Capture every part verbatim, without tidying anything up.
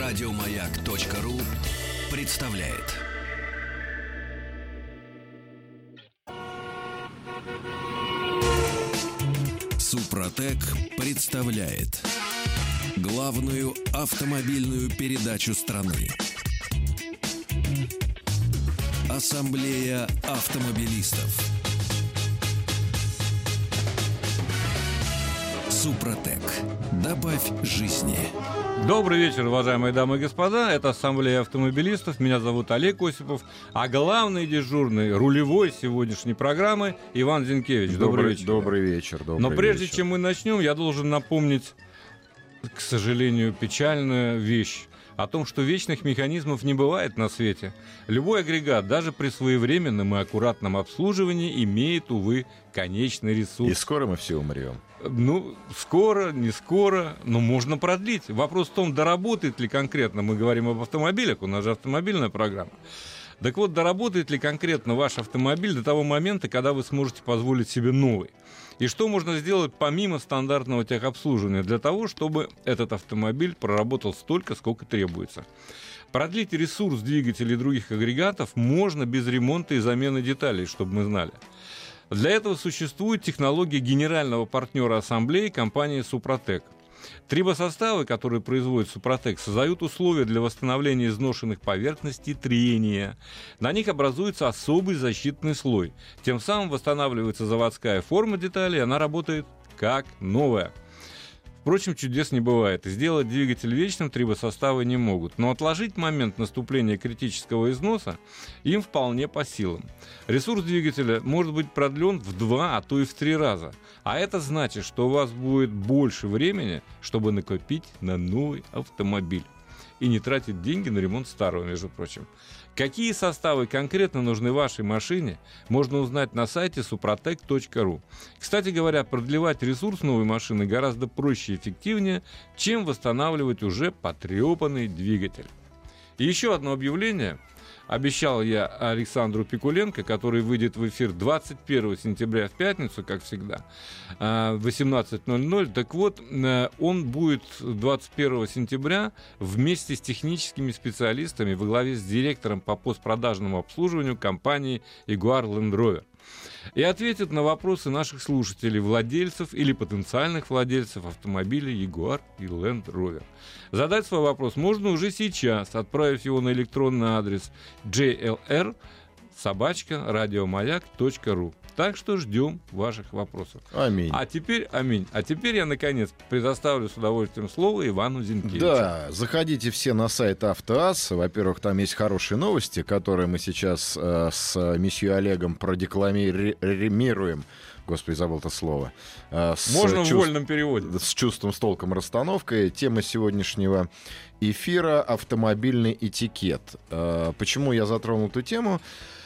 Радиомаяк.ру представляет. Супротек представляет главную автомобильную передачу страны. Ассамблея автомобилистов. Супротек. Добавь жизни. Добрый вечер, уважаемые дамы и господа. Это Ассамблея автомобилистов. Меня зовут Олег Осипов. А главный дежурный, рулевой сегодняшней программы Иван Зинкевич. Добрый, добрый вечер. Добрый вечер. Добрый Но прежде вечер. чем мы начнем, я должен напомнить, к сожалению, печальную вещь. О том, что вечных механизмов не бывает на свете. Любой агрегат, даже при своевременном и аккуратном обслуживании, имеет, увы, конечный ресурс. И скоро мы все умрем. Ну, скоро, не скоро, но можно продлить. Вопрос в том, доработает ли конкретно, мы говорим об автомобилях, у нас же автомобильная программа. Так вот, доработает ли конкретно ваш автомобиль до того момента, когда вы сможете позволить себе новый? И что можно сделать помимо стандартного техобслуживания для того, чтобы этот автомобиль проработал столько, сколько требуется? Продлить ресурс двигателей и других агрегатов можно без ремонта и замены деталей, чтобы мы знали. Для этого существует технология генерального партнера Ассамблеи компании «Супротек». Трибосоставы, которые производит «Супротек», создают условия для восстановления изношенных поверхностей трения. На них образуется особый защитный слой. Тем самым восстанавливается заводская форма деталей, и она работает как новая. Впрочем, чудес не бывает, и сделать двигатель вечным трибосоставы не могут. Но отложить момент наступления критического износа им вполне по силам. Ресурс двигателя может быть продлен в два, а то и в три раза. А это значит, что у вас будет больше времени, чтобы накопить на новый автомобиль. И не тратить деньги на ремонт старого, между прочим. Какие составы конкретно нужны вашей машине, можно узнать на сайте супротек точка ру. Кстати говоря, продлевать ресурс новой машины гораздо проще и эффективнее, чем восстанавливать уже потрепанный двигатель. И еще одно объявление. Обещал я Александру Пикуленко, который выйдет в эфир двадцать первого сентября в пятницу, как всегда, в восемнадцать ноль ноль. Так вот, он будет двадцать первого сентября вместе с техническими специалистами во главе с директором по постпродажному обслуживанию компании Jaguar Land Rover. И ответит на вопросы наших слушателей, владельцев или потенциальных владельцев автомобилей Jaguar и Land Rover. Задать свой вопрос можно уже сейчас, отправив его на электронный адрес джей эл эр собака радиомаяк точка ру. Так что ждем ваших вопросов. Аминь. А теперь, аминь. А теперь я, наконец, предоставлю с удовольствием слово Ивану Зинкевичу. Да, заходите все на сайт «Автоасс». Во-первых, там есть хорошие новости, которые мы сейчас э, с месье Олегом продекламируем. Господи, забыл это слово. Э, Можно чувств... в вольном переводе. С чувством, с толком, расстановкой. Тема сегодняшнего эфира — автомобильный этикет. Э, почему я затронул эту тему?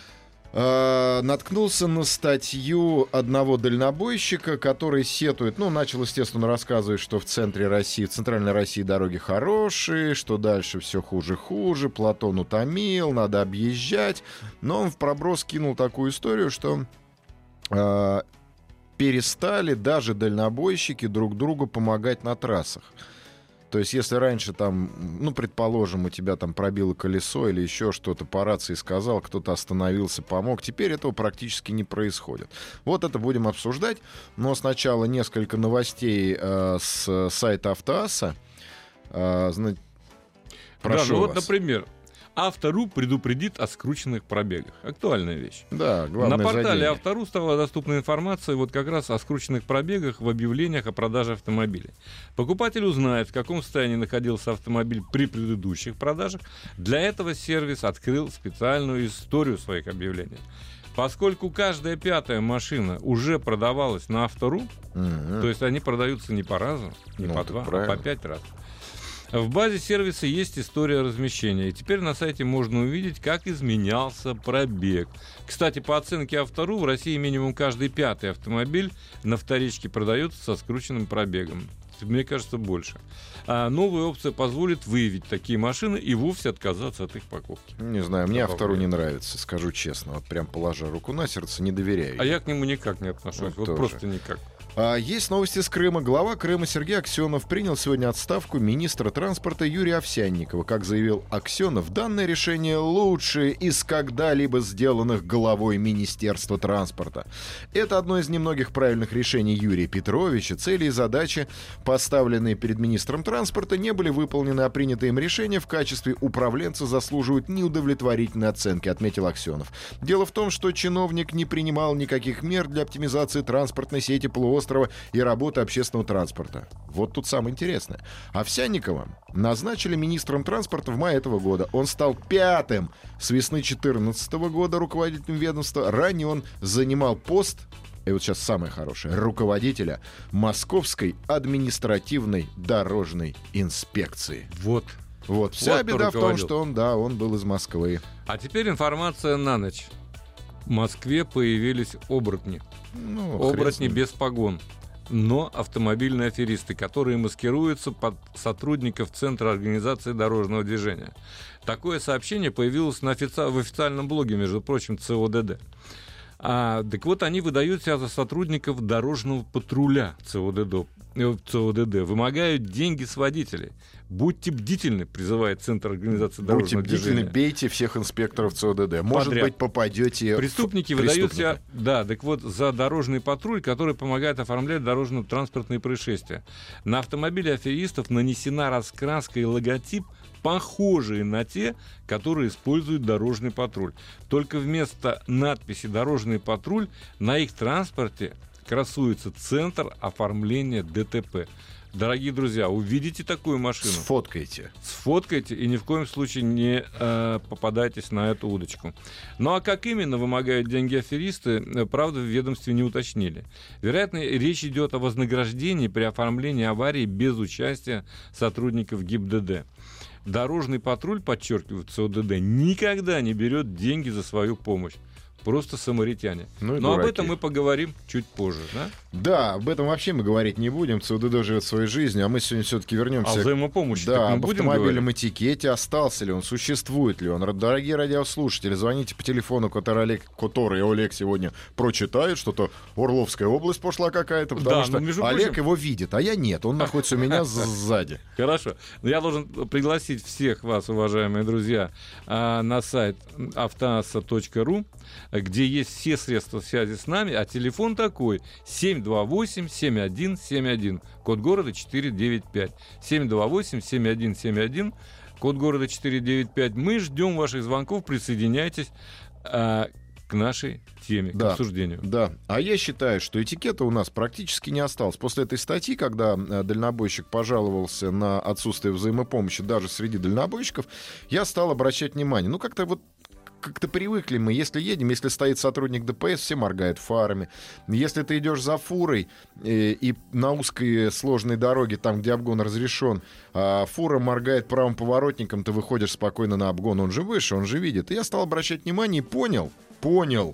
Uh, наткнулся на статью одного дальнобойщика, который сетует, ну, начал, естественно, рассказывать, что в центре России, в центральной России дороги хорошие, что дальше все хуже-хуже, Платон утомил, надо объезжать. Но он в проброс кинул такую историю, что uh, перестали даже дальнобойщики друг другу помогать на трассах. То есть, если раньше там, ну, предположим, у тебя там пробило колесо или еще что-то, по рации сказал, кто-то остановился, помог, теперь этого практически не происходит. Вот это будем обсуждать, но сначала несколько новостей э, с сайта «Автоасса». Э, зна... Прошу да, ну вас. вот, например, Авто.ру предупредит о скрученных пробегах. Актуальная вещь. Да, главное, на портале задение. Авто.ру стала доступна информация вот как раз о скрученных пробегах в объявлениях о продаже автомобилей. Покупатель узнает, в каком состоянии находился автомобиль при предыдущих продажах. Для этого сервис открыл специальную историю своих объявлений. Поскольку каждая пятая машина уже продавалась на Авто.ру, угу. то есть они продаются не по разу, не ну, по два, правильно. а по пять раз. В базе сервиса есть история размещения, и теперь на сайте можно увидеть, как изменялся пробег. Кстати, по оценке Авто.ру, в России минимум каждый пятый автомобиль на вторичке продается со скрученным пробегом. Мне кажется, больше. А новая опция позволит выявить такие машины и вовсе отказаться от их покупки. Не знаю, мне Авто.ру не нравится, скажу честно. Вот прям положа руку на сердце, не доверяю. А я к нему никак не отношусь, вот вот просто никак. А, есть новости с Крыма. Глава Крыма Сергей Аксенов принял сегодня отставку министра транспорта Юрия Овсянникова. Как заявил Аксенов, данное решение лучшее из когда-либо сделанных главой Министерства транспорта. Это одно из немногих правильных решений Юрия Петровича. Цели и задачи, поставленные перед министром транспорта, не были выполнены, а принятые им решения в качестве управленца заслуживают неудовлетворительной оценки, отметил Аксенов. Дело в том, что чиновник не принимал никаких мер для оптимизации транспортной сети полуострова и работы общественного транспорта. Вот тут самое интересное. Овсянникова назначили министром транспорта в мае этого года. Он стал пятым с весны две тысячи четырнадцатого года руководителем ведомства. Ранее он занимал пост, и вот сейчас самое хорошее, руководителя Московской административной дорожной инспекции. Вот. Вот. Вся Вот беда в том, руководил. что он, да, он был из Москвы. А теперь информация на ночь. В Москве появились оборотни. Ну, хрен с Оборотни ним. без погон. Но автомобильные аферисты, которые маскируются под сотрудников Центра организации дорожного движения. Такое сообщение появилось на офици... в официальном блоге, между прочим, ЦОДД. А, так вот, они выдают себя за сотрудников дорожного патруля ЦОДД, э, ЦОДД, вымогают деньги с водителей. Будьте бдительны, призывает Центр организации Будьте дорожного бдительны, движения. бейте всех инспекторов ЦОДД. Может Подряд. быть, попадете Преступники в выдают преступника. себя, да, так вот, за дорожный патруль, который помогает оформлять дорожно-транспортные происшествия. На автомобиле аферистов нанесена раскраска и логотип, похожие на те, которые использует дорожный патруль. Только вместо надписи «Дорожный патруль» на их транспорте красуется Центр оформления ДТП. Дорогие друзья, увидите такую машину, Сфоткайте. сфоткайте и ни в коем случае не э, попадайтесь на эту удочку. Ну а как именно вымогают деньги аферисты, э, правда, в ведомстве не уточнили. Вероятно, речь идет о вознаграждении при оформлении аварии без участия сотрудников ГИБДД. Дорожный патруль, подчеркивает ЦОДД, никогда не берет деньги за свою помощь. Просто самаритяне. Ну и Но об дураки. этом мы поговорим чуть позже, да? Да, об этом вообще мы говорить не будем. ЦОДД живет своей жизнью, а мы сегодня все-таки вернемся. О взаимопомощи Да, так мы об будем автомобильном говорить? этикете, остался ли он, существует ли он. Дорогие радиослушатели, звоните по телефону, который Олег, который Олег сегодня прочитает, что-то Орловская область пошла какая-то, потому Да, что ну, между Олег прочим- его видит, а я нет, он находится у меня сзади. Хорошо. Но я должен пригласить всех вас, уважаемые друзья, а, на сайт автоасса точка ру, где есть все средства связи с нами, а телефон такой семь два восемь семь один семь один, код города четыреста девяносто пять. семь два восемь семь один семь один, код города четыреста девяносто пять. Мы ждем ваших звонков, присоединяйтесь а, к нашей теме, Да. к обсуждению. Да, а я считаю, что этикета у нас практически не осталось. После этой статьи, когда э, дальнобойщик пожаловался на отсутствие взаимопомощи даже среди дальнобойщиков, я стал обращать внимание. Ну, как-то вот как-то привыкли мы, если едем, если стоит сотрудник ДПС, все моргают фарами. Если ты идешь за фурой э, и на узкой сложной дороге, там, где обгон разрешен, а фура моргает правым поворотником, ты выходишь спокойно на обгон, он же выше, он же видит. И я стал обращать внимание и понял, понял,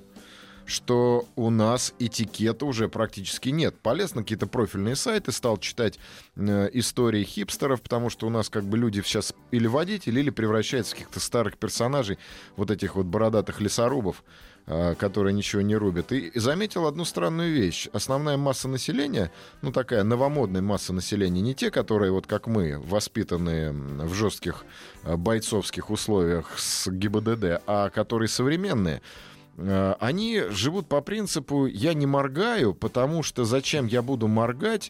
что у нас этикета уже практически нет. Полез на какие-то профильные сайты, стал читать э, истории хипстеров, потому что у нас как бы люди сейчас или водители, или превращаются в каких-то старых персонажей, вот этих вот бородатых лесорубов, э, которые ничего не рубят. И, и заметил одну странную вещь. Основная масса населения, ну такая новомодная масса населения, не те, которые вот как мы, воспитанные в жестких э, бойцовских условиях с ГИБДД, а которые современные, они живут по принципу «я не моргаю, потому что зачем я буду моргать,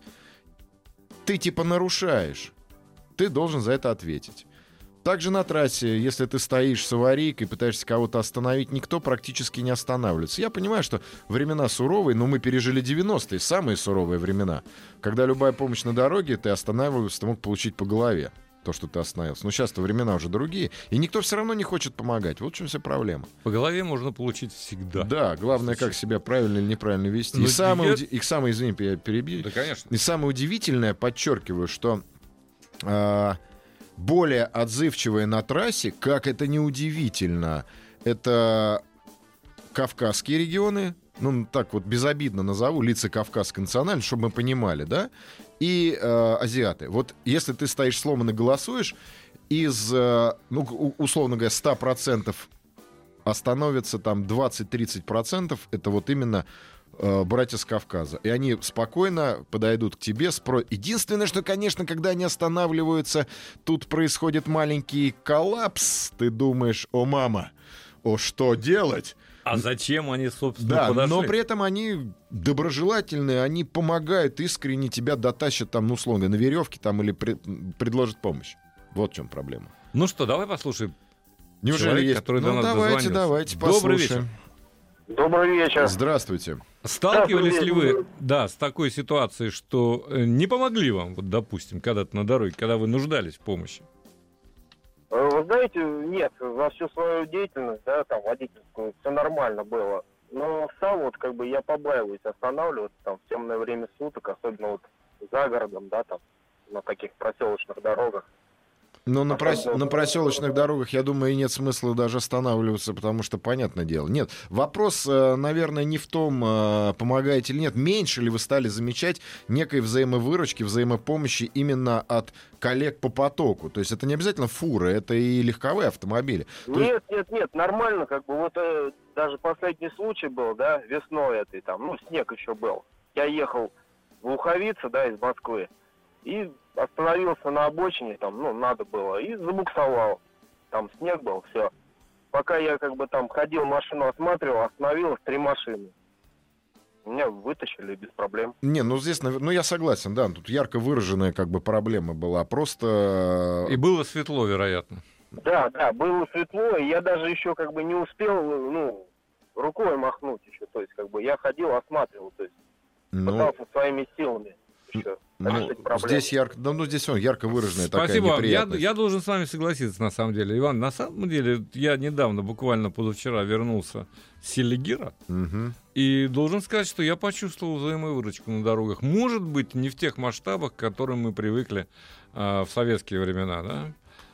ты типа нарушаешь, ты должен за это ответить». Также на трассе, если ты стоишь с аварийкой, пытаешься кого-то остановить, никто практически не останавливается. Я понимаю, что времена суровые, но мы пережили девяностые, самые суровые времена, когда любая помощь на дороге, ты останавливаешься, ты мог получить по голове то, что ты остановился. Но сейчас-то времена уже другие, и никто все равно не хочет помогать. Вот в чем вся проблема. По голове можно получить всегда. Да, главное, как себя правильно или неправильно вести. Ну, И самое, я- уди- и самое, извини, я перебью. Да, конечно. И самое удивительное, подчеркиваю, что а, более отзывчивые на трассе, как это не удивительно, это кавказские регионы, ну так вот безобидно назову, лица кавказской национальности, чтобы мы понимали, да, и э, азиаты. Вот если ты стоишь сломанно голосуешь, из, э, ну, у- условно говоря, сто процентов остановится там двадцать-тридцать процентов, это вот именно э, братья с Кавказа. И они спокойно подойдут к тебе. Спро... Единственное, что, конечно, когда они останавливаются, тут происходит маленький коллапс. Ты думаешь, о, мама, о, что делать? А зачем они, собственно, да, подошли? Но при этом они доброжелательные, они помогают искренне, тебя дотащат там, ну, условно, на веревке там или при... предложат помощь. Вот в чем проблема. Ну что, давай послушаем. Неужели Человек, есть? который Ну, до нас давайте, давайте, послушаем. Добрый вечер. Добрый вечер. Здравствуйте. Сталкивались ли вы, да, с такой ситуацией, что э, не помогли вам, вот, допустим, когда-то на дороге, когда вы нуждались в помощи? Вы знаете, нет, за всю свою деятельность, да, там, водительскую, все нормально было. Но сам вот, как бы, я побаиваюсь останавливаться там в темное время суток, особенно вот за городом, да, там, на таких проселочных дорогах. Но на, прос... на проселочных дорогах, я думаю, и нет смысла даже останавливаться, потому что, понятное дело. Нет, вопрос, наверное, не в том, помогаете или нет. Меньше ли вы стали замечать некой взаимовыручки, взаимопомощи именно от коллег по потоку? То есть это не обязательно фуры, это и легковые автомобили. Нет, есть... нет, нет, нормально, как бы, вот э, даже последний случай был, да, весной этой, там, ну, снег еще был. Я ехал в Луховице, да, из Москвы, и остановился на обочине, там, ну, надо было, и забуксовал. Там снег был, все. Пока я, как бы, там ходил, машину осматривал, остановилось три машины. Меня вытащили без проблем. Не, ну здесь, ну я согласен, да, тут ярко выраженная, как бы, проблема была, просто... И было светло, вероятно. Да, да, было светло, и я даже еще, как бы, не успел, ну, рукой махнуть еще, то есть, как бы, я ходил, осматривал, то есть, ну... пытался своими силами еще. Ну, здесь ярко, ну, ну, здесь он ярко выраженная такая Спасибо вам. Я, неприятность. я должен с вами согласиться, на самом деле. Иван, на самом деле, я недавно, буквально позавчера, вернулся с Селигера, угу. и должен сказать, что я почувствовал взаимовыручку на дорогах. Может быть, не в тех масштабах, к которым мы привыкли а, в советские времена, да?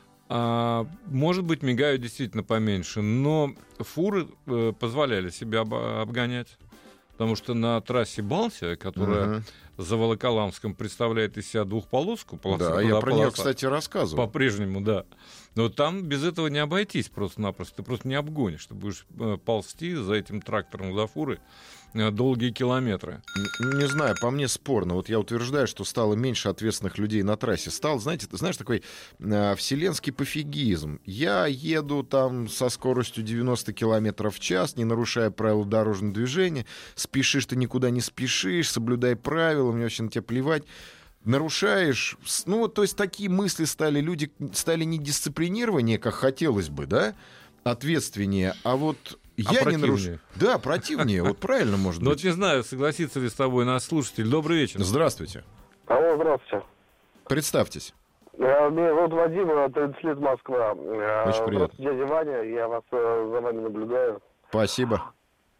А, может быть, мигают действительно поменьше, но фуры э, позволяли себя об, обгонять. Потому что на трассе Балтия, которая uh-huh. за Волоколамском представляет из себя двухполоску, полоса, да, я про нее, кстати, рассказывал. По-прежнему, да. Но там без этого не обойтись просто-напросто. Ты просто не обгонишь. Ты будешь э, ползти за этим трактором, за фурой э, долгие километры. Не, не знаю, по мне спорно. Вот я утверждаю, что стало меньше ответственных людей на трассе. Стал, знаете, ты знаешь, такой э, вселенский пофигизм. Я еду там со скоростью девяносто километров в час, не нарушая правила дорожного движения. Спешишь ты никуда не спешишь, соблюдай правила, мне вообще на тебя плевать. Нарушаешь, ну, то есть такие мысли стали, люди стали не дисциплинированнее, как хотелось бы, да, ответственнее, а вот а я не нарушаю. Да, противнее, вот правильно может быть. Ну, вот не знаю, согласится ли с тобой наш слушатель. Добрый вечер. Здравствуйте. Алло, здравствуйте. Представьтесь. Меня зовут Вадим, тридцать лет, Москва. Очень приятно. Дядя Ваня, я вас за вами наблюдаю. Спасибо.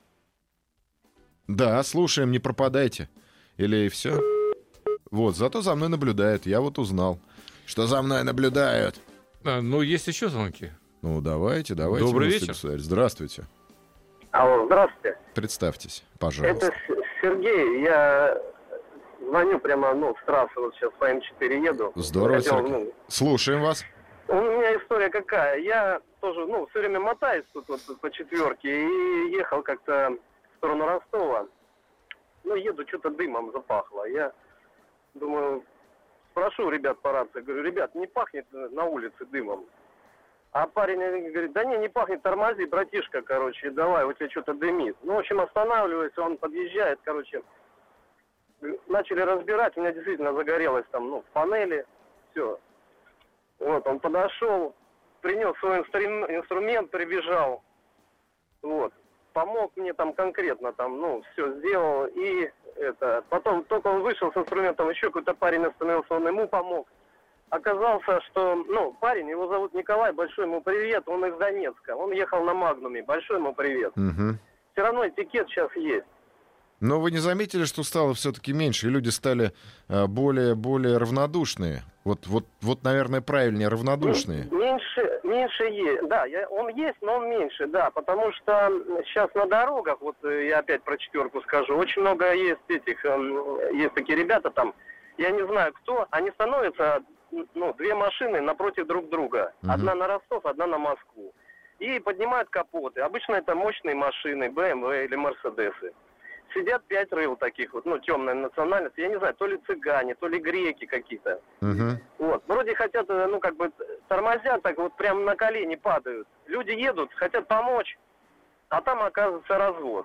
Да, слушаем, не пропадайте. Или все? Вот, зато за мной наблюдают. Я вот узнал, что за мной наблюдают. А, ну, есть еще звонки. Ну, давайте, давайте. Добрый вечер. Здравствуйте. Алло, здравствуйте. Представьтесь, пожалуйста. Это Сергей. Я звоню прямо, ну, с трассы. Вот сейчас по эм четыре еду. Здорово, Хотел, Сергей. ну... Слушаем вас. У меня история какая. Я тоже, ну, все время мотаюсь тут вот по четверке и ехал как-то в сторону Ростова. Ну, еду, что-то дымом запахло. Я думаю, спрошу ребят по рации, говорю, ребят, не пахнет на улице дымом? А парень говорит, да не, не пахнет, тормози, братишка, короче, давай, у тебя что-то дымит. Ну, в общем, останавливается, он подъезжает, короче, начали разбирать, у меня действительно загорелось там, ну, в панели, все. Вот, он подошел, принес свой инструмент, инструмент, прибежал, вот. Помог мне там конкретно, там, ну, все сделал, и это, потом только он вышел с инструментом, еще какой-то парень остановился, он ему помог. Оказался, что, ну, парень, его зовут Николай, большой ему привет, он из Донецка, он ехал на Магнуме, большой ему привет. Угу. Все равно этикет сейчас есть. Но вы не заметили, что стало все-таки меньше, и люди стали э, более, более равнодушные? Вот, вот, вот, наверное, правильнее, равнодушные. Меньше, меньше есть, да, я, он есть, но он меньше, да, потому что сейчас на дорогах, вот я опять про четверку скажу, очень много есть этих, э, есть такие ребята там, я не знаю кто, они становятся, ну, две машины напротив друг друга, угу. Одна на Ростов, одна на Москву, и поднимают капоты, обычно это мощные машины, бэ эм вэ или Мерседесы. сидят пять рыл таких вот, ну, темной национальности, я не знаю, то ли цыгане, то ли греки какие-то. Угу. Вот, вроде хотят, ну, как бы, тормозят, так вот прям на колени падают. Люди едут, хотят помочь, а там оказывается развод.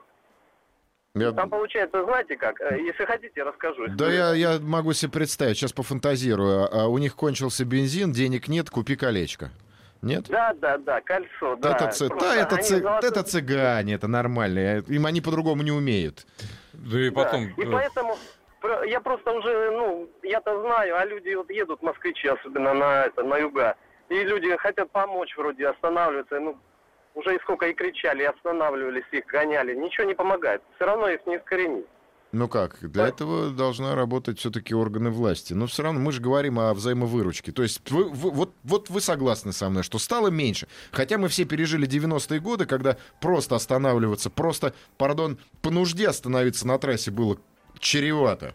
Я... Там получается, знаете как, если хотите, расскажу. Да, я, я могу себе представить, сейчас пофантазирую. А у них кончился бензин, денег нет, купи колечко. Нет? Да, да, да, кольцо, да. Это, цы... да, это, цы... золотой... это цыгане, это нормально. Им они по-другому не умеют. Да и потом... Да. И поэтому я просто уже, ну, я-то знаю, а люди вот едут, москвичи, особенно на, это, на юга, и люди хотят помочь вроде, останавливаются, ну, уже и сколько и кричали, и останавливались, их гоняли, ничего не помогает. Все равно их не искоренить. Ну как, для да. этого должна работать все-таки органы власти. Но все равно мы же говорим о взаимовыручке. То есть вы, вы, вот, вот вы согласны со мной, что стало меньше. Хотя мы все пережили девяностые годы, когда просто останавливаться, просто, пардон, по нужде остановиться на трассе было чревато.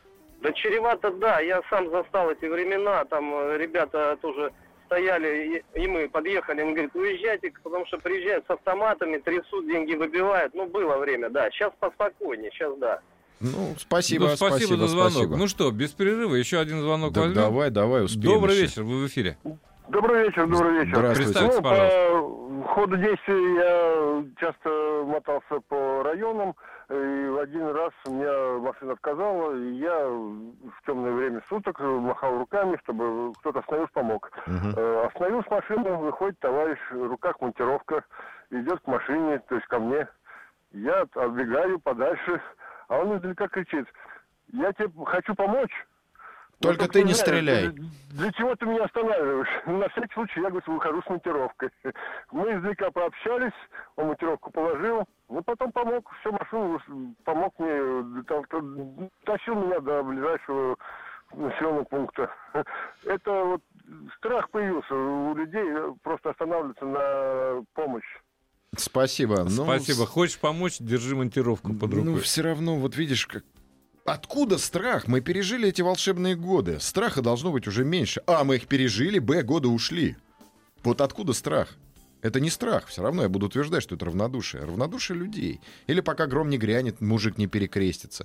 Да чревато, да. Я сам застал эти времена. Там ребята тоже... стояли, и мы подъехали, он говорит, уезжайте, потому что приезжают с автоматами, трясут, деньги выбивают. Ну, было время, да. Сейчас поспокойнее, сейчас да. Ну, спасибо, ну, спасибо, спасибо за звонок. Спасибо. Ну что, без перерыва, еще один звонок да, возьмем. Давай, давай, успеем. Добрый еще. вечер, вы в эфире. Добрый вечер, добрый вечер. Здравствуйте. Представьте, ну, пожалуйста. По ходу действия я часто мотался по районам, и один раз у меня машина отказала, и я в темное время суток махал руками, чтобы кто-то остановился, помог. Uh-huh. Остановился машину, выходит товарищ, в руках монтировка, идет к машине, то есть ко мне. Я отбегаю подальше, а он издалека кричит, я тебе хочу помочь. Только вот, ты не знаешь, стреляй. Для, для чего ты меня останавливаешь? На всякий случай я, говорю, выхожу с монтировкой. Мы издалека пообщались, он монтировку положил, ну потом помог, всю машину помог мне, тащил меня до ближайшего населенного пункта. Это вот страх появился у людей, просто останавливаться на помощь. Спасибо. Спасибо. Ну, хочешь помочь, держи монтировку под рукой. Ну, все равно, вот видишь, как... Откуда страх? Мы пережили эти волшебные годы. Страха должно быть уже меньше. А, мы их пережили, б, годы ушли. Вот откуда страх? Это не страх. Все равно я буду утверждать, что это равнодушие. Равнодушие людей. Или пока гром не грянет, мужик не перекрестится.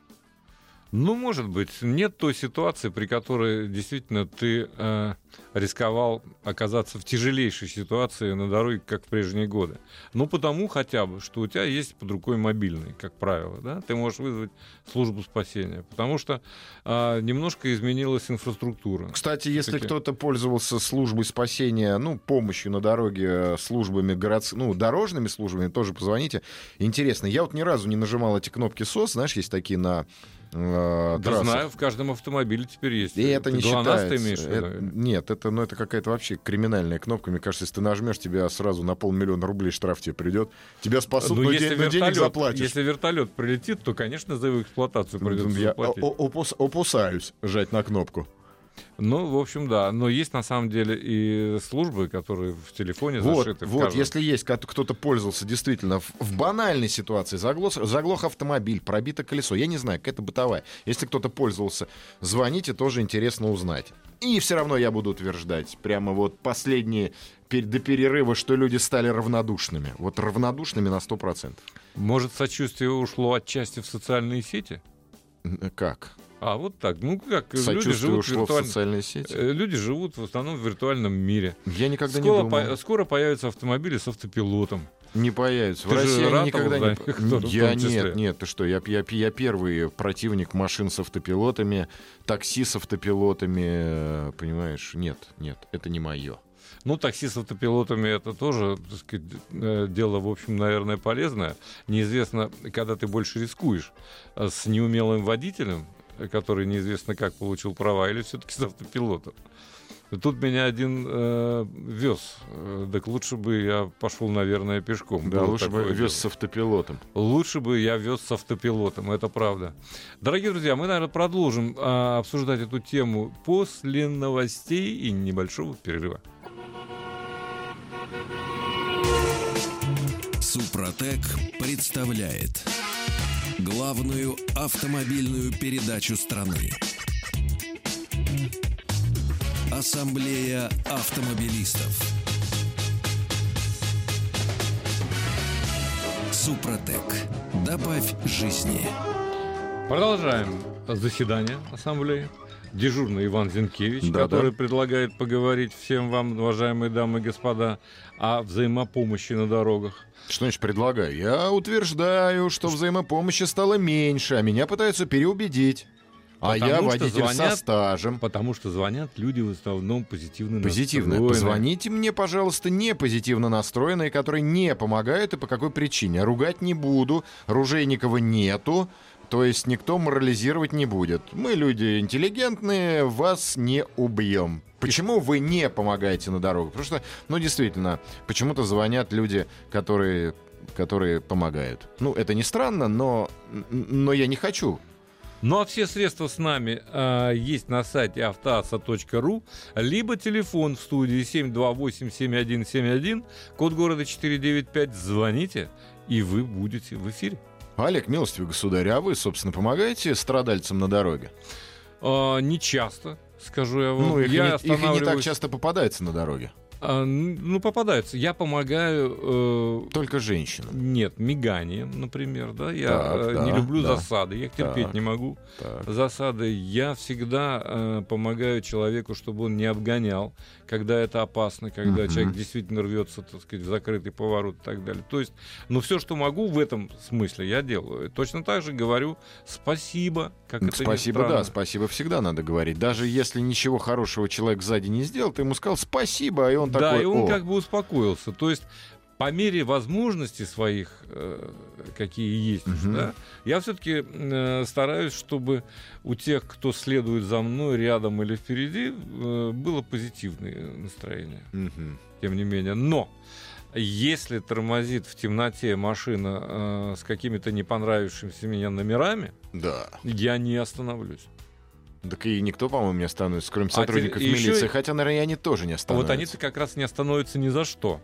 Ну, может быть. Нет той ситуации, при которой действительно ты э, рисковал оказаться в тяжелейшей ситуации на дороге, как в прежние годы. Ну, потому хотя бы, что у тебя есть под рукой мобильный, как правило. Да? Ты можешь вызвать службу спасения. Потому что э, немножко изменилась инфраструктура. Кстати, если Все-таки... кто-то пользовался службой спасения, ну, помощью на дороге, службами городскими, ну, дорожными службами, тоже позвоните. Интересно, я вот ни разу не нажимал эти кнопки СОС, знаешь, есть такие на... Да, трассах. Знаю, в каждом автомобиле теперь есть. И это не считается. Имеешь это, нет, это, ну, это какая-то вообще криминальная кнопка. Мне кажется, если ты нажмешь, тебя сразу на полмиллиона рублей штраф тебе придет. Тебя спасут, ну, но, если день, но денег заплатишь. Если вертолет прилетит, то, конечно, за его эксплуатацию придется Я заплатить. опус, опусаюсь жать на кнопку. Ну, в общем, да. Но есть, на самом деле, и службы, которые в телефоне вот, зашиты. Вот, каждом. Если есть кто-то пользовался действительно в, в банальной ситуации, заглох, заглох автомобиль, пробито колесо, я не знаю, какая-то бытовая. Если кто-то пользовался, звоните, тоже интересно узнать. И все равно я буду утверждать, прямо вот последние, до перерыва, что люди стали равнодушными. Вот равнодушными на сто процентов. Может, сочувствие ушло отчасти в социальные сети? Как? А вот так, ну как, Сочувствие люди живут ушло виртуаль... в социальные сети. Люди живут в основном в виртуальном мире. Я никогда скоро не думал. По... Скоро появятся автомобили с автопилотом. Не появится. Ты в России они никогда не... Кто, я нет, нет, ты что, я, я, я первый противник машин с автопилотами, такси с автопилотами, понимаешь? Нет, нет, это не мое. Ну, такси с автопилотами — это тоже, так сказать, дело, в общем, наверное, полезное. Неизвестно, когда ты больше рискуешь с неумелым водителем, который неизвестно как получил права, или все-таки с автопилотом. Тут меня один э, вез. Так лучше бы я пошел, наверное, пешком. Да, Было лучше бы вез с автопилотом. Лучше бы я вез с автопилотом, это правда. Дорогие друзья, мы, наверное, продолжим а, обсуждать эту тему после новостей и небольшого перерыва. Супротек представляет главную автомобильную передачу страны. Ассамблея автомобилистов. Супротек. Добавь жизни. Продолжаем заседание Ассамблеи. Дежурный Иван Зинкевич, Да, который да. предлагает поговорить всем вам, уважаемые дамы и господа, о взаимопомощи на дорогах. Что значит предлагаю? Я утверждаю, что взаимопомощи стало меньше, а меня пытаются переубедить. А Потому я что водитель звонят- со стажем. Потому что звонят люди в основном позитивно Позитивно. настроенные. Позвоните мне, пожалуйста, не позитивно настроенные, которые не помогают, и по какой причине. Ругать не буду, Ружейникова нету, то есть никто морализировать не будет. Мы люди интеллигентные, вас не убьем. Почему вы не помогаете на дорогах? Потому что, ну, действительно, почему-то звонят люди, которые, которые помогают. Ну, это не странно, но, но я не хочу. Ну а все средства с нами э, есть на сайте автоаса точка ру, либо телефон в студии семь два восемь семь один семь один, код города четыре девять пять. Звоните, и вы будете в эфире. Олег, милостивый государь, а вы, собственно, помогаете страдальцам на дороге? Э, не часто, скажу я вам. Ну, их, я не, их и не так останавливаюсь- часто попадается на дороге. А, ну, попадаются. Я помогаю... э, Только женщинам. Нет, миганием, например, да. Я Так, э, да, не люблю да. засады, я их терпеть Так. не могу. Так. Засады. Я всегда э, помогаю человеку, чтобы он не обгонял, когда это опасно, когда Мгм. человек действительно рвется, так сказать, в закрытый поворот и так далее. То есть, ну, все, что могу в этом смысле, я делаю. Точно так же говорю спасибо, как это ни Спасибо, странно. да, спасибо всегда надо говорить. Даже если ничего хорошего человек сзади не сделал, ты ему сказал спасибо, и он Да, такой, и он «О». как бы успокоился. То есть по мере возможностей своих, э, какие есть, Мгм. да, я все-таки э, стараюсь, чтобы у тех, кто следует за мной, рядом или впереди, э, было позитивное настроение. Мгм. Тем не менее. Но если тормозит в темноте машина э, с какими-то не понравившимися мне номерами, Да. я не остановлюсь. Так и никто, по-моему, не остановится, кроме А сотрудников те- еще- милиции. Хотя, наверное, и они тоже не Вот остановятся. они-то как раз не остановятся ни за что.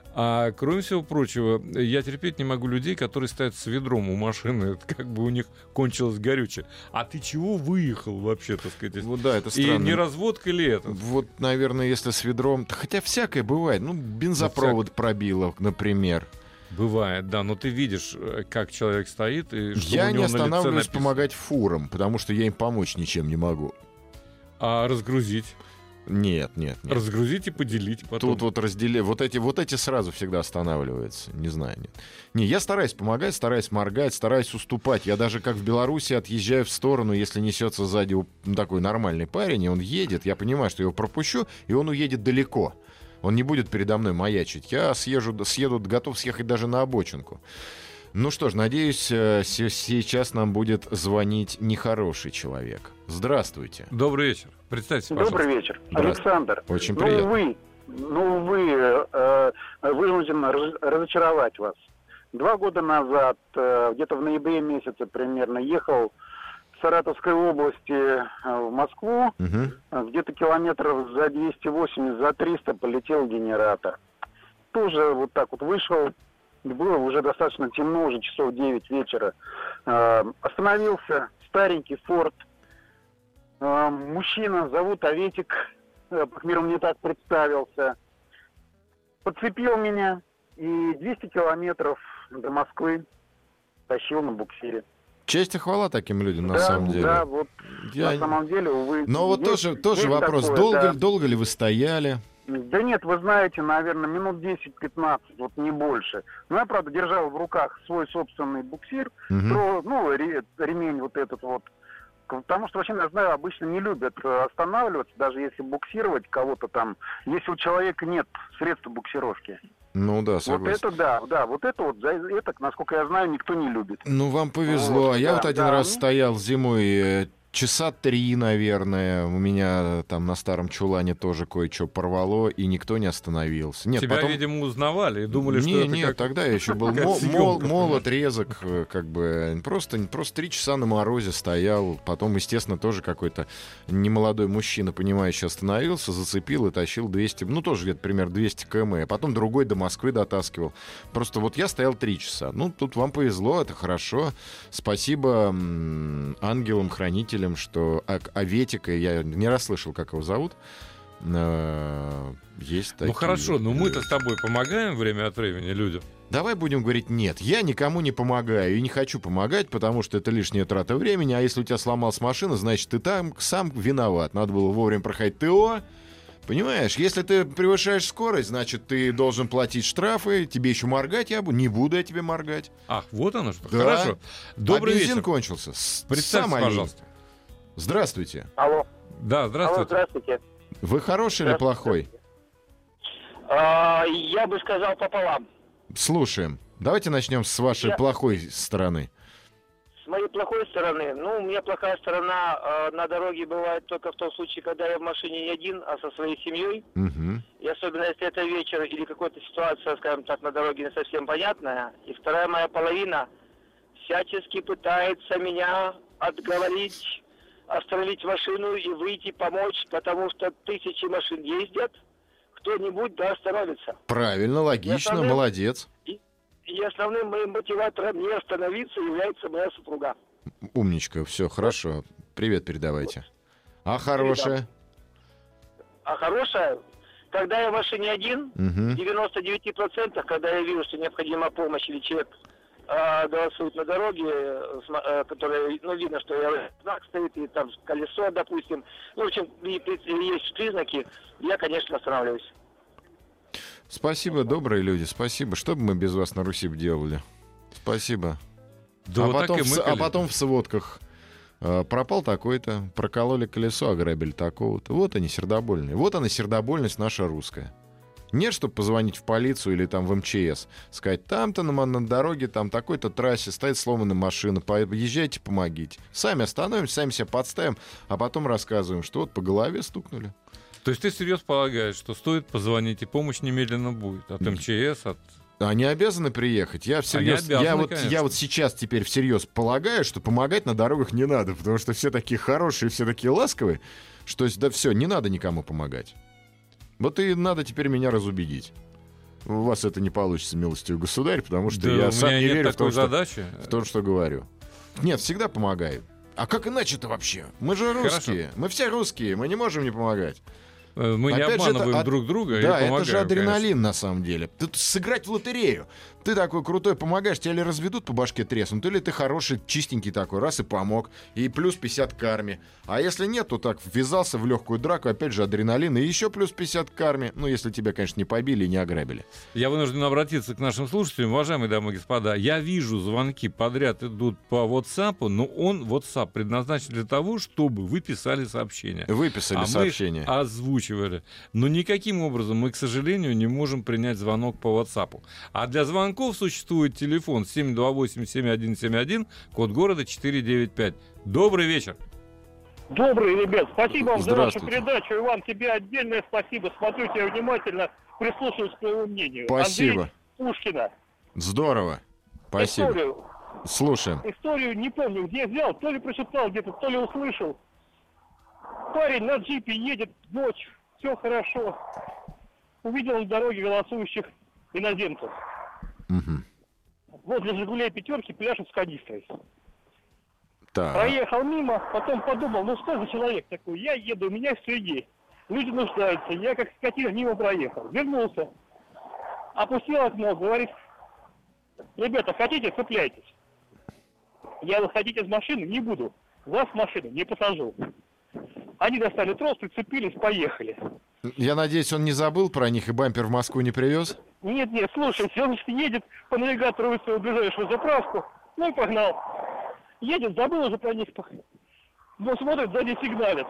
А кроме всего прочего, я терпеть не могу людей, которые стоят с ведром у машины. Это как бы у них кончилось горючее. А ты чего выехал вообще, так сказать? Вот да, это И странно. не разводка ли это? Вот, наверное, если с ведром... Да хотя всякое бывает. Ну, бензопровод пробило, например. Бывает, да. Но ты видишь, э, как человек стоит, и что Я у не него на лице останавливаюсь написано. помогать фурам, потому что я им помочь ничем не могу. А разгрузить? Нет, нет, нет. Разгрузить и поделить потом. Тут вот раздели, вот эти, вот эти сразу всегда останавливаются. Не знаю, нет. Не, я стараюсь помогать, стараюсь моргать, стараюсь уступать. Я даже как в Беларуси отъезжаю в сторону, если несется сзади у- ну, такой нормальный парень, и он едет, я понимаю, что я его пропущу, и он уедет далеко. Он не будет передо мной маячить. Я съезжу, съеду, готов съехать даже на обочинку. Ну что ж, надеюсь, э, се- сейчас нам будет звонить нехороший человек. Здравствуйте. Добрый вечер. Представьте, пожалуйста. Добрый вечер. Здравствуйте. Александр. Очень Ну, приятно. увы, ну, увы, э, вынужден раз- разочаровать вас. Два года назад, э, где-то в ноябре месяце примерно, ехал в Саратовской области э, в Москву. Мгм. Э, Где-то километров за двести восемьдесят, за триста полетел генератор. Тоже вот так вот вышел. Было уже достаточно темно, уже часов девять вечера. Э, Остановился старенький Форд. Э, Мужчина, зовут Аветик. Э, К миру мне так представился. Подцепил меня и двести километров до Москвы тащил на буксире. Честь и хвала таким людям, на да, самом деле. да, вот Я- на самом деле, увы. Но вот есть- тоже, тоже есть вопрос, такое, долго, да. долго ли вы стояли? Да нет, вы знаете, наверное, минут десять-пятнадцать, вот не больше. Но я, правда, держал в руках свой собственный буксир, Мгм. про- ну, ре- ремень вот этот вот. Потому что, вообще, я знаю, обычно не любят э, останавливаться, даже если буксировать кого-то там, если у человека нет средств буксировки. Ну да, Вот согласен. это да, да, вот это вот, за это, насколько я знаю, никто не любит. Ну, вам повезло. Вот, А я да, вот один да, раз ну. стоял зимой э, часа три, наверное. У меня там на старом чулане тоже кое-что порвало, и никто не остановился. Нет, Тебя, потом... видимо, узнавали и думали, не, что это не, как... тогда я еще был как мо- съемка, мол- понимаешь? молод, резок, э, как бы просто, просто три часа на морозе стоял. Потом, естественно, тоже какой-то немолодой мужчина, понимающий, остановился, зацепил и тащил двести, ну тоже где-то примерно двести километров. Потом другой до Москвы дотаскивал. Просто вот я стоял три часа. Ну, тут вам повезло, это хорошо. Спасибо м, ангелам-хранителям, что а- Аветика, я не расслышал, как его зовут. Э, Есть такие. Ну хорошо, но мы-то с тобой помогаем время от времени людям. Давай будем говорить нет. Я никому не помогаю и не хочу помогать, потому что это лишняя трата времени. А если у тебя сломалась машина, значит, ты там сам виноват. Надо было вовремя проходить ТО. Понимаешь, если ты превышаешь скорость, значит, ты должен платить штрафы. Тебе еще моргать я буду. Не буду я тебе моргать. Ах, вот оно что. Да. Хорошо. Добрый а бензин вечер. кончился. С- Представьте, сам пожалуйста. Здравствуйте. Алло. Да, Алло, здравствуйте. здравствуйте. Вы хороший или плохой? А, я бы сказал пополам. Слушаем. Давайте начнем с вашей Я- плохой стороны. С моей плохой стороны, ну, у меня плохая сторона э, на дороге бывает только в том случае, когда я в машине не один, а со своей семьей. Мгм. И особенно если это вечер или какая-то ситуация, скажем так, на дороге не совсем понятная. И вторая моя половина всячески пытается меня отговорить, остановить машину и выйти, помочь, потому что тысячи машин ездят, кто-нибудь да остановится. Правильно, логично, основным- молодец. И основным моим мотиватором не остановиться является моя супруга. Умничка, все, хорошо. Привет передавайте. А хорошая? А хорошая, когда я в машине один, Мгм. в девяноста девяти процентах, когда я вижу, что необходима помощь или человек э, голосует на дороге, э, сма- э, который, ну, видно, что я- знак стоит, и там колесо, допустим, ну, в общем, и- и есть признаки, я, конечно, останавливаюсь. Спасибо, добрые люди, спасибо. Что бы мы без вас на Руси бы делали? Спасибо. Да а, вот потом так и в, с- мыкали. а потом в сводках э, пропал такой-то, прокололи колесо, ограбили такого-то. Вот они, сердобольные. Вот она, сердобольность наша русская. Нет, чтобы позвонить в полицию или там в эм че эс, сказать, там-то на, на дороге, там такой-то трассе стоит сломанная машина, поезжайте, помогите. Сами остановимся, сами себя подставим, а потом рассказываем, что вот по голове стукнули. То есть ты серьезно полагаешь, что стоит позвонить, и помощь немедленно будет от эм че эс, от... Они обязаны приехать. Я всерьез, обязаны, я, вот, конечно. я вот сейчас теперь всерьез полагаю, что помогать на дорогах не надо, потому что все такие хорошие, все такие ласковые, что да все, не надо никому помогать. Вот и надо теперь меня разубедить. У вас это не получится, милостивый государь, потому что Да, я у сам меня не нет верю в такой то, что, задачи. в то, что говорю. Нет, всегда помогаю. А как иначе-то вообще? Мы же русские. Хорошо. Мы все русские, мы не можем не помогать. Э, Мы не Опять же, обманываем это от- друг друга и Да, помогаем, это же адреналин конечно. на самом деле. Тут сыграть в лотерею. Ты такой крутой помогаешь, тебя или разведут по башке треснут, или ты хороший, чистенький такой, раз и помог. И плюс пятьдесят к карме. А если нет, то так ввязался в легкую драку, опять же адреналин, и еще плюс пятьдесят к карме. Ну, если тебя, конечно, не побили и не ограбили. Я вынужден обратиться к нашим слушателям. Уважаемые дамы и господа, я вижу, звонки подряд идут по WhatsApp, но он, WhatsApp, предназначен для того, чтобы вы писали сообщения. Выписали а сообщение. мы озвучивали. Но никаким образом мы, к сожалению, не можем принять звонок по WhatsApp. А для звонков существует телефон семь два восемь семь один семь один, код города четыре девять пять. Добрый вечер. Добрый, ребят, спасибо вам за вашу Здравствуйте. передачу. Иван, тебе отдельное спасибо. Смотрю тебя внимательно, прислушиваюсь к твоему мнению. Спасибо. Андрей Пушкина. Здорово. Спасибо. Историю, Слушаем. историю не помню, где взял, то ли прочитал где-то, то ли услышал. Парень на джипе едет, ночь, все хорошо. Увидел на дороге голосующих иноземцев. Мгм. Возле «Жигулей» пятерки пляшут с канистрой. Так. Проехал мимо, потом подумал, ну что за человек такой? Я еду, у меня все есть. Люди нуждаются, я как скотина мимо проехал. Вернулся, опустил окно, говорит, ребята, хотите, цепляйтесь. Я выходить из машины не буду, вас в машину не посажу. Они достали трос, прицепились, поехали. Я надеюсь, он не забыл про них и бампер в Москву не привез? Нет, нет, слушайте, он едет по навигатору в свою ближайшую заправку, ну и погнал. Едет, забыл уже про них. Но смотрит, сзади сигналят.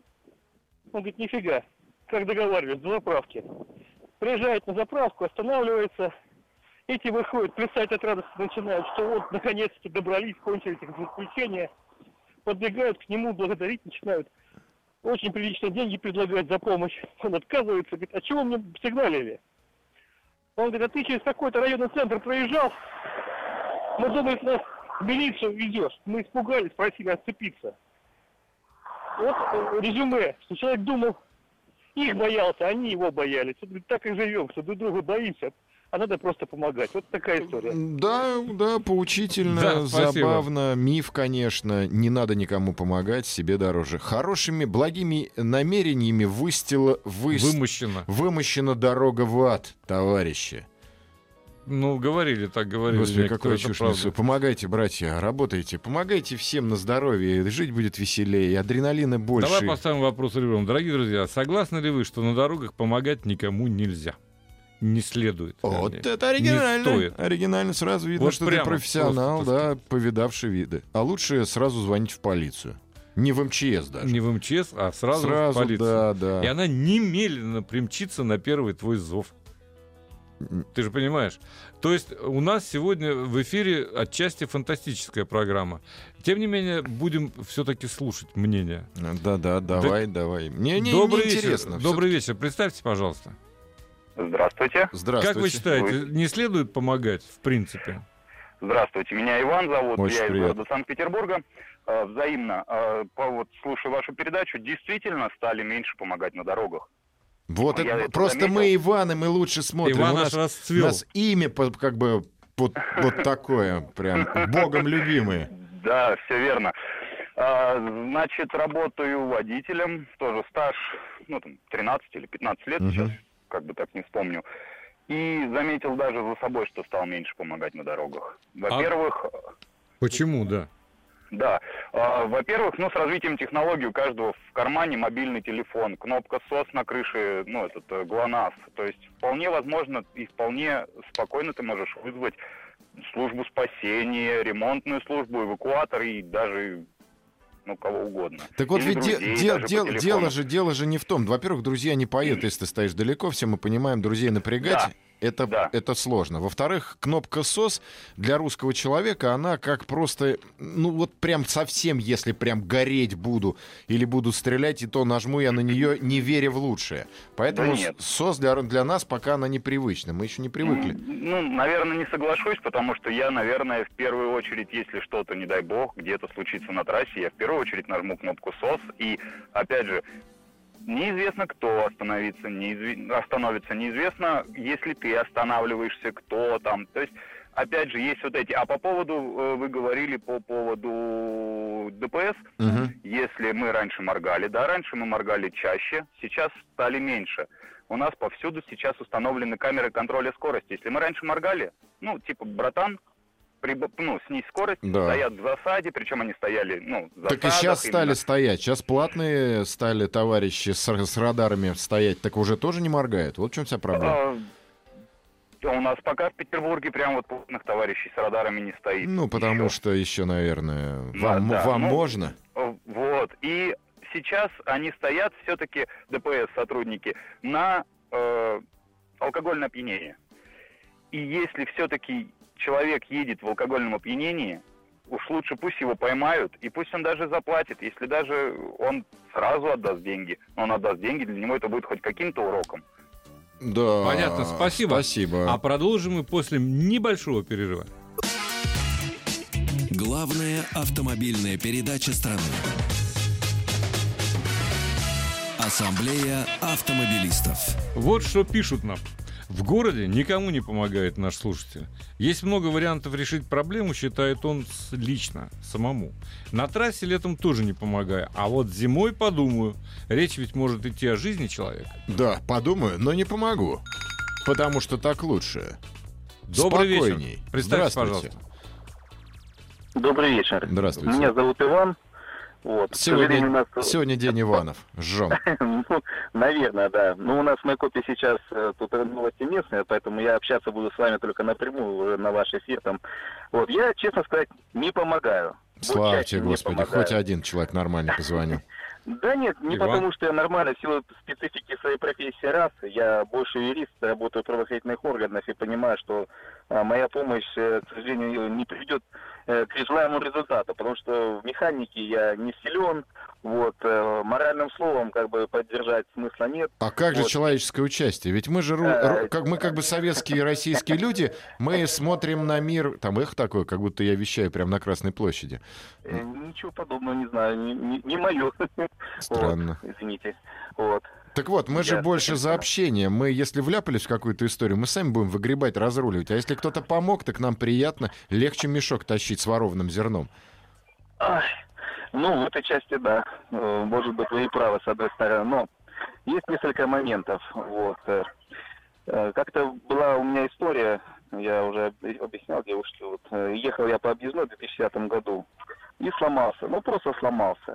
Он говорит, нифига, как договаривались, до заправки. Приезжает на заправку, останавливается. Эти выходят, плясать от радости начинают, что вот, наконец-то добрались, кончили их заключения. Подбегают к нему, благодарить начинают. Очень приличные деньги предлагают за помощь. Он отказывается, говорит, а чего мне сигналили? Он говорит, а ты через какой-то районный центр проезжал? Мы думали, ты нас в милицию везешь. Мы испугались, просили отцепиться. Вот э, резюме, что человек думал, их боялся, они его боялись. Вот, говорит, так и живем, что друг друга боимся, а надо просто помогать. Вот такая история. Да, да, поучительно, Да, спасибо. забавно. Миф, конечно. Не надо никому помогать, себе дороже. Хорошими, благими намерениями выстила, выс- Вымощено. вымощена дорога в ад, товарищи. Ну, говорили так, говорили. Господи, некоторые, какой это чушь правда. несу. Помогайте, братья, работайте. Помогайте всем на здоровье. Жить будет веселее, адреналина больше. Давай поставим вопрос ребром. Дорогие друзья, согласны ли вы, что на дорогах помогать никому нельзя? Не следует. Вот вернее. это оригинально. Не стоит. Оригинально. Сразу видно, Вот что ты прямо профессионал, просто, да, повидавший виды. А лучше сразу звонить в полицию. Не в эм че эс даже. Не в эм че эс, а сразу, Сразу, в полицию. да, да. И она немедленно примчится на первый твой зов. Ты же понимаешь. То есть у нас сегодня в эфире отчасти фантастическая программа. Тем не менее, будем все-таки слушать мнение. Да-да, давай, давай. Мне не, Добрый не вечер. интересно. Добрый вечер. Представьте, пожалуйста. Здравствуйте. Здравствуйте. Как вы считаете, Вы- не следует помогать, в принципе? Здравствуйте, меня Иван зовут, Очень я из приятно. города Санкт-Петербурга. Э, Взаимно, э, по, вот, слушая вашу передачу, действительно стали меньше помогать на дорогах. Вот Я это, это просто заметил. мы Иваны, мы лучше смотрим. Иван у наш нас, у расцвел. нас имя по- как бы вот, вот такое, прям богом любимое. Да, все верно. А, значит, работаю водителем, тоже стаж, ну, там, тринадцать или пятнадцать лет Мгм. сейчас, как бы так не вспомню. И заметил даже за собой, что стал меньше помогать на дорогах. Во-первых, Почему, да? Да. А, Во-первых, ну, с развитием технологий у каждого в кармане мобильный телефон, кнопка сос на крыше, ну, этот э, ГЛОНАСС. То есть вполне возможно и вполне спокойно ты можешь вызвать службу спасения, ремонтную службу, эвакуатор и даже, ну, кого угодно. Так вот, Или ведь де- друзей дел- даже по дел- телефону. дело, же, дело же не в том. Во-первых, друзья не поедут, если ты стоишь далеко, все мы понимаем, друзей напрягать. Да. Это, Да. это сложно. Во-вторых, кнопка сос для русского человека, она как просто, ну вот прям совсем, если прям гореть буду или буду стрелять, и то нажму я на нее, не веря в лучшее. Поэтому Да нет. сос для, для нас пока она непривычна. Мы еще не привыкли. Ну, наверное, не соглашусь, потому что я, наверное, в первую очередь, если что-то, не дай бог, где-то случится на трассе, я в первую очередь нажму кнопку сос. И, опять же, неизвестно, кто остановится, неизв... остановится, неизвестно, если ты останавливаешься, кто там. То есть, опять же, есть вот эти... А по поводу, э, вы говорили по поводу ДПС, Мгм. если мы раньше моргали, да, раньше мы моргали чаще, сейчас стали меньше. У нас повсюду сейчас установлены камеры контроля скорости. Если мы раньше моргали, ну, типа, братан, приб- ну, снизь скорость, Да. стоят в засаде, причем они стояли, ну, в Так и засадах сейчас стали именно. стоять. Сейчас платные стали товарищи с, с радарами стоять. Так уже тоже не моргают. Вот в чем вся проблема. А, у нас пока в Петербурге прям вот плотных товарищей с радарами не стоит. Ну, потому Еще. что еще, наверное, Да, вам, да, вам ну, можно. Э, Вот. И сейчас они стоят, все-таки ДПС сотрудники, на э, алкогольное опьянение. И если все-таки человек едет в алкогольном опьянении, уж лучше пусть его поймают, и пусть он даже заплатит. Если даже он сразу отдаст деньги, но он отдаст деньги, для него это будет хоть каким-то уроком. Да. Понятно, спасибо. Спасибо. А продолжим мы после небольшого перерыва. Главная автомобильная передача страны. Ассамблея автомобилистов. Вот что пишут нам. В городе никому не помогает наш слушатель. Есть много вариантов решить проблему, считает он с- лично, самому. На трассе летом тоже не помогаю, а вот зимой подумаю. Речь ведь может идти о жизни человека. Да, подумаю, но не помогу. Потому что так лучше. Добрый Спокойней. вечер. Представьте, Здравствуйте. пожалуйста. Добрый вечер. Здравствуйте. Меня зовут Иван. Вот. К сожалению, у Сегодня, нас... сегодня день Иванов. Жжем. Ну, наверное, да. Ну, у нас в Майкопе сейчас э, тут новости местные, поэтому я общаться буду с вами только напрямую, уже на ваш эфир там. Вот, я, честно сказать, не помогаю. Вот Слава чаще тебе, не Господи, помогаю. хоть один человек нормальный позвонил. Да нет, не Иван? потому что я нормально, в силу специфики своей профессии раз. Я больше юрист, работаю в правоохранительных органах и понимаю, что а, моя помощь, э, к сожалению, не приведет э, к желаемому результату, потому что в механике я не силен, вот, э, моральным словом как бы поддержать смысла нет. А как же Вот. человеческое участие? Ведь мы же, ру- А, ру- как, мы как бы советские и российские люди, мы смотрим на мир, там эхо такое, как будто я вещаю прямо на Красной площади. Э, ничего подобного не знаю, не, не, не мое. Странно. Вот, извините. Вот. Так вот, мы же Я больше за общение. Мы, если вляпались в какую-то историю, мы сами будем выгребать, разруливать. А если кто-то помог, так нам приятно. Легче мешок тащить с ворованным зерном. Ай, ну, в этой части, да, э, может быть, вы и правы, с одной стороны, но есть несколько моментов, вот. э, э, Как-то была у меня история, я уже объяснял девушке, вот, э, ехал я по объездной в две тысячи десятом году и сломался, ну просто сломался.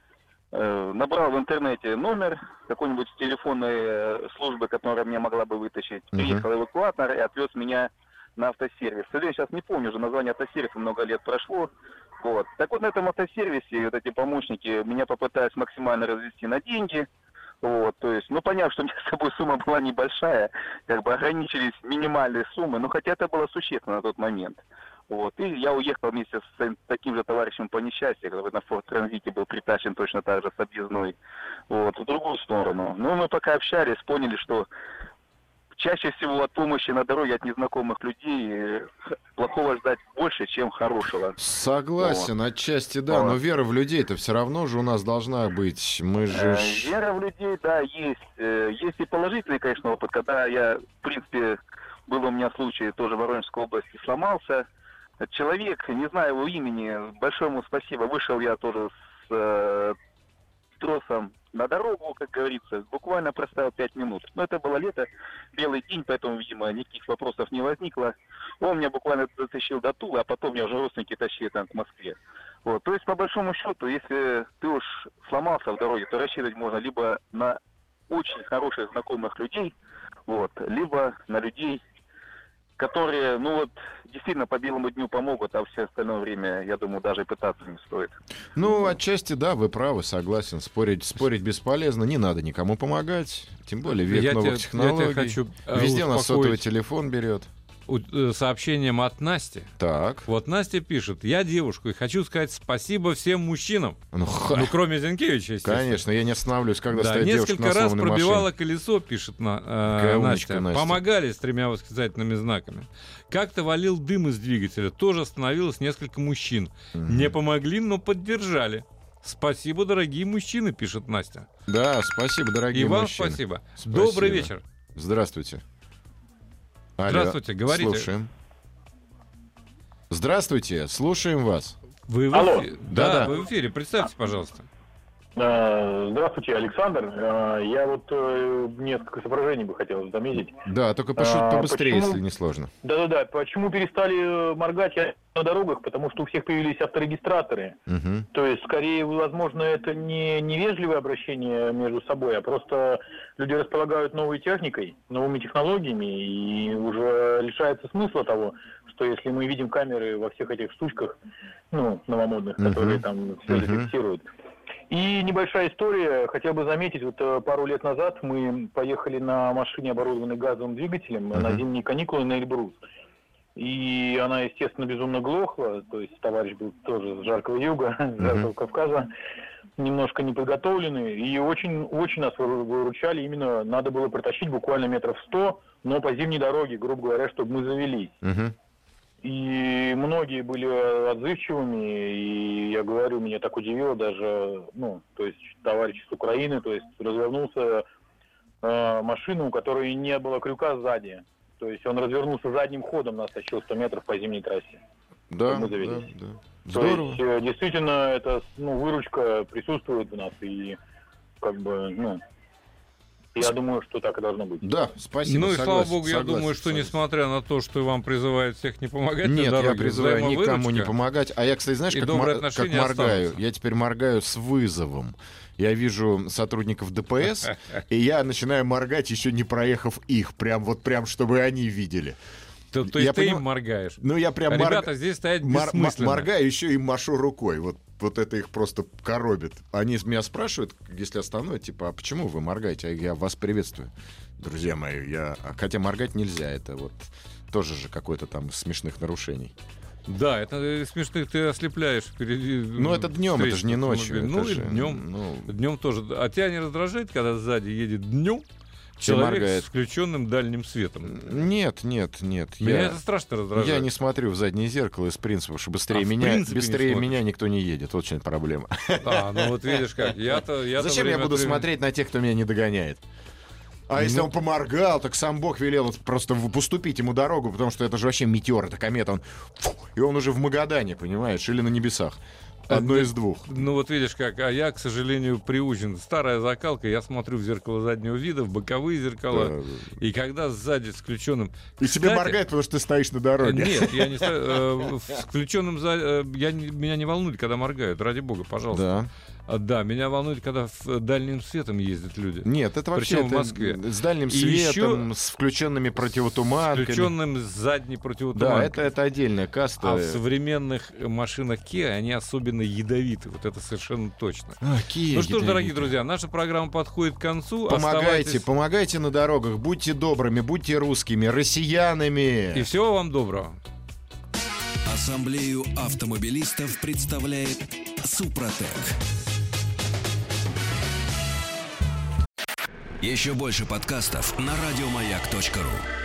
Э, набрал в интернете номер какой-нибудь телефонной э, службы, которая меня могла бы вытащить. Мгм. Приехал эвакуатор и отвез меня на автосервис. К сожалению, сейчас не помню уже название автосервиса, много лет прошло. Вот. Так вот, на этом автосервисе вот эти помощники меня попытались максимально развести на деньги. Вот, то есть, ну, поняв, что у меня с собой сумма была небольшая, как бы ограничились минимальные суммы, но хотя это было существенно на тот момент. Вот, и я уехал вместе с таким же товарищем по несчастью, который на Форд Транзите был притащен точно так же с объездной, вот, в другую сторону. Но мы пока общались, поняли, что чаще всего от помощи на дороге от незнакомых людей э, плохого ждать больше, чем хорошего. Согласен, отчасти да, Вот. но вера в людей-то все равно же у нас должна быть. Мы же... Э, ж- Вера в людей, да, есть. Э, Есть и положительный, конечно, опыт, когда я, в принципе, был у меня случай тоже в Воронежской области, сломался. Человек, не знаю его имени, большое ему спасибо, вышел я тоже с э, тросом на дорогу, как говорится, буквально проставил пять минут. Но это было лето, белый день, поэтому, видимо, никаких вопросов не возникло. Он меня буквально дотащил до Тулы, а потом меня уже родственники тащили там к Москве. Вот. То есть, по большому счету, если ты уж сломался в дороге, то рассчитывать можно либо на очень хороших знакомых людей, вот, либо на людей, которые, ну вот, действительно по белому дню помогут, а все остальное время, я думаю, даже и пытаться не стоит. Ну, отчасти да, вы правы, согласен. Спорить, спорить бесполезно, не надо никому помогать. Тем более век Я новых тебя- я технологий. тебя хочу, э, Везде у нас сотовый успокоить. телефон берет. У- э, Сообщением от Насти. Так. Вот Настя пишет: я девушка и хочу сказать спасибо всем мужчинам. Ну, ха, Ну, кроме Зинкевича, естественно. конечно, я не останавливаюсь, когда Да, стоит девушка несколько на раз сломанной пробивала машине. колесо, пишет на, э, Какая умничка, Настя. Настя. Помогали с тремя восклицательными знаками. Как-то валил дым из двигателя. Тоже остановилось несколько мужчин. Мгм. Не помогли, но поддержали. Спасибо, дорогие мужчины, пишет Настя. Да, спасибо, дорогие И вам мужчины. спасибо. Спасибо. Добрый вечер. Здравствуйте. Алло, Здравствуйте, говорите. Слушаем. Здравствуйте, слушаем вас. Вы в Алло. эфире? Да-да. Да, вы в эфире. Представьте, пожалуйста. Э, Здравствуйте, Александр. Э, Я вот э, несколько соображений бы хотел заметить. Да, только пошу- А, побыстрее, почему? если не сложно. Да-да-да, почему перестали э, моргать на дорогах? Потому что у всех появились авторегистраторы. Мгм. То есть, скорее, возможно, это не невежливое обращение между собой, а просто люди располагают новой техникой, новыми технологиями, и уже лишается смысла того, что если мы видим камеры во всех этих штучках, ну, новомодных, Мгм. которые там все Мгм. зафиксируют. И небольшая история, хотел бы заметить, вот э, пару лет назад мы поехали на машине, оборудованной газовым двигателем, Мгм. на зимние каникулы на Эльбрус. И она, естественно, безумно глохла, то есть товарищ был тоже с жаркого юга, с жаркого Кавказа, немножко неподготовленный, и очень, очень нас вы- выручали, именно надо было протащить буквально метров сто, но по зимней дороге, грубо говоря, чтобы мы завелись. Мгм. И многие были отзывчивыми, и я говорю, меня так удивило даже, ну, то есть товарищ с Украины, то есть развернулся э, машину, у которой не было крюка сзади. То есть он развернулся задним ходом, нас тащил сто метров по зимней трассе. Да, мы да, завелись. да. То Здорово. есть э, действительно эта ну, выручка присутствует в нас, и как бы, ну, я думаю, что так и должно быть. Да, спасибо. Ну и слава согласен, богу, я согласен, думаю, что согласен. несмотря на то, что вам призывают всех не помогать на Нет, дороге, я призываю никому взаимовыручка. не помогать. А я, кстати, знаешь, и как, добрые мор- как отношения моргаю? останутся. Я теперь моргаю с вызовом. Я вижу сотрудников ДПС, и я начинаю моргать, еще не проехав их. Прям вот прям, чтобы они видели. То, то Я есть ты поним- им моргаешь. Ну, я прям морг- Ребята здесь стоять мор- м- бессмысленно. моргаю, еще и машу рукой. Вот, вот это их просто коробит. Они меня спрашивают, если остановят, типа, а почему вы моргаете? А я вас приветствую. Друзья мои, я... а хотя моргать нельзя, это вот тоже же какое-то там смешных нарушений. Да, это э, смешно, ты ослепляешь впереди. Ну, это днем, это же не ночью. Ну, это и же, днем. ну, Днем тоже. А тебя не раздражает, когда сзади едет днем Все человек моргает. с включенным дальним светом? Нет, нет, нет. Меня Я, это страшно раздражает. я не смотрю в заднее зеркало из принципа, что быстрее, А, в меня, принципе не быстрее смотришь? меня никто не едет. Вот в чем проблема. А, ну вот видишь как. Я-то, я-то Зачем я время буду от времени- смотреть на тех, кто меня не догоняет? А если Ну. он поморгал, так сам Бог велел вот просто в- поступить ему дорогу, потому что это же вообще метеор, это комета. Он, фу, и он уже в Магадане, понимаешь, или на небесах. Одно из двух. Ну вот видишь как, а я, к сожалению, приучен. Старая закалка, я смотрю в зеркало заднего вида, в боковые зеркала, Да, да, и когда сзади с включенным... И тебе моргает, потому что ты стоишь на дороге. Нет, я не стою, э, с включенным... За, э, я не, меня не волнует, когда моргают, ради бога, пожалуйста. Да. А, да, меня волнует, когда в дальним светом ездят люди. Нет, это вообще Причем это в Москве. с дальним И светом, еще с включенными С противотуманками. включенным задней Да, противотуманкой. это, это отдельная каста. А в современных машинах Kia они особенно ядовиты. Вот это совершенно точно. А, Kia Ну что ж, ядовитые. дорогие друзья, наша программа подходит к концу. Помогайте, Оставайтесь. помогайте на дорогах, будьте добрыми, будьте русскими, россиянами. И всего вам доброго. Ассамблею автомобилистов представляет Супротек. Еще больше подкастов на радиомаяк точка ру.